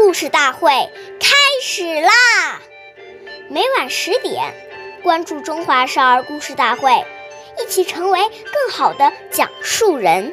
故事大会开始啦！每晚10点，关注中华少儿故事大会，一起成为更好的讲述人。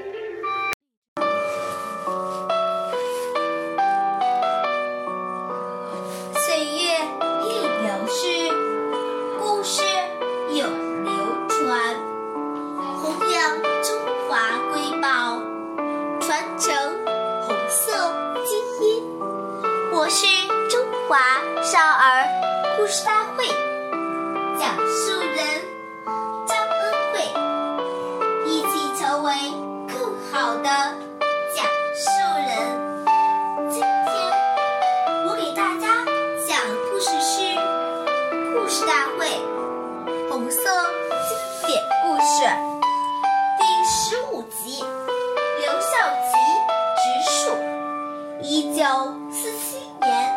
岁月易流逝，故事永流传，弘扬中华瑰宝，传承红色基因。我是中华少儿故事大会讲述人张恩惠，一起成为更好的讲述人。今天我给大家讲故事是故事大会红色经典故事第15集刘少奇植树。1947年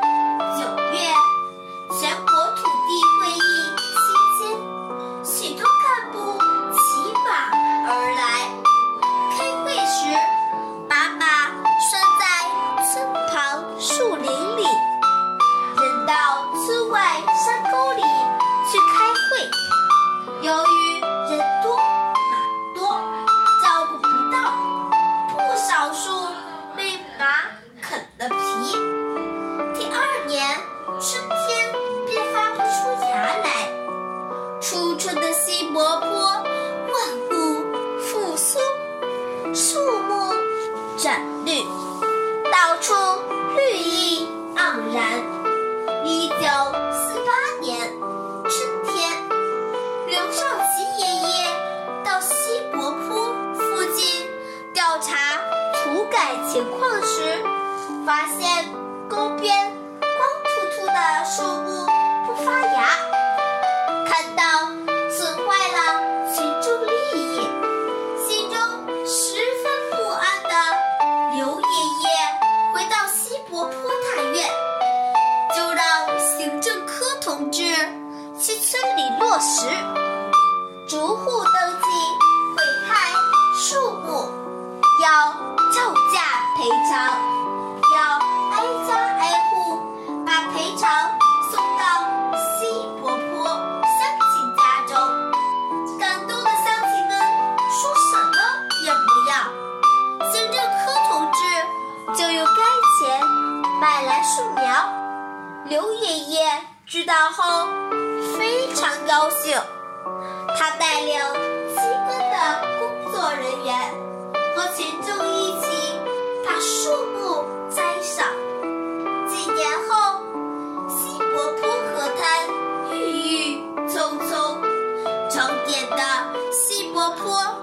9月，全国土地会议期间，许多干部骑马而来。开会时，把马拴在村旁树林里，人到村外山沟里去开会。由于人多马多，照顾不到，不少树被马啃了皮。第2年春天便发不出芽来。初春的西柏坡，万物复苏，树木展绿，到处绿意盎然。1948年春天，刘少奇爷爷到西柏坡附近调查土改情况时，发现沟边光秃秃的树木不发芽，看到损坏了群众利益，心中十分不安的刘爷爷回到西柏坡大院，就让行政科同志去村里落实，逐户登记毁害树木，要照价赔偿，要挨家挨户把赔偿送到西柏坡乡亲家中。感动的乡亲们说什么也不要，行政科同志就用该钱买来树苗。刘爷爷知道后非常高兴，他带领机关的工作人员和群众一起把树木栽上。几年后，西柏坡河滩郁郁葱葱，装点的西柏坡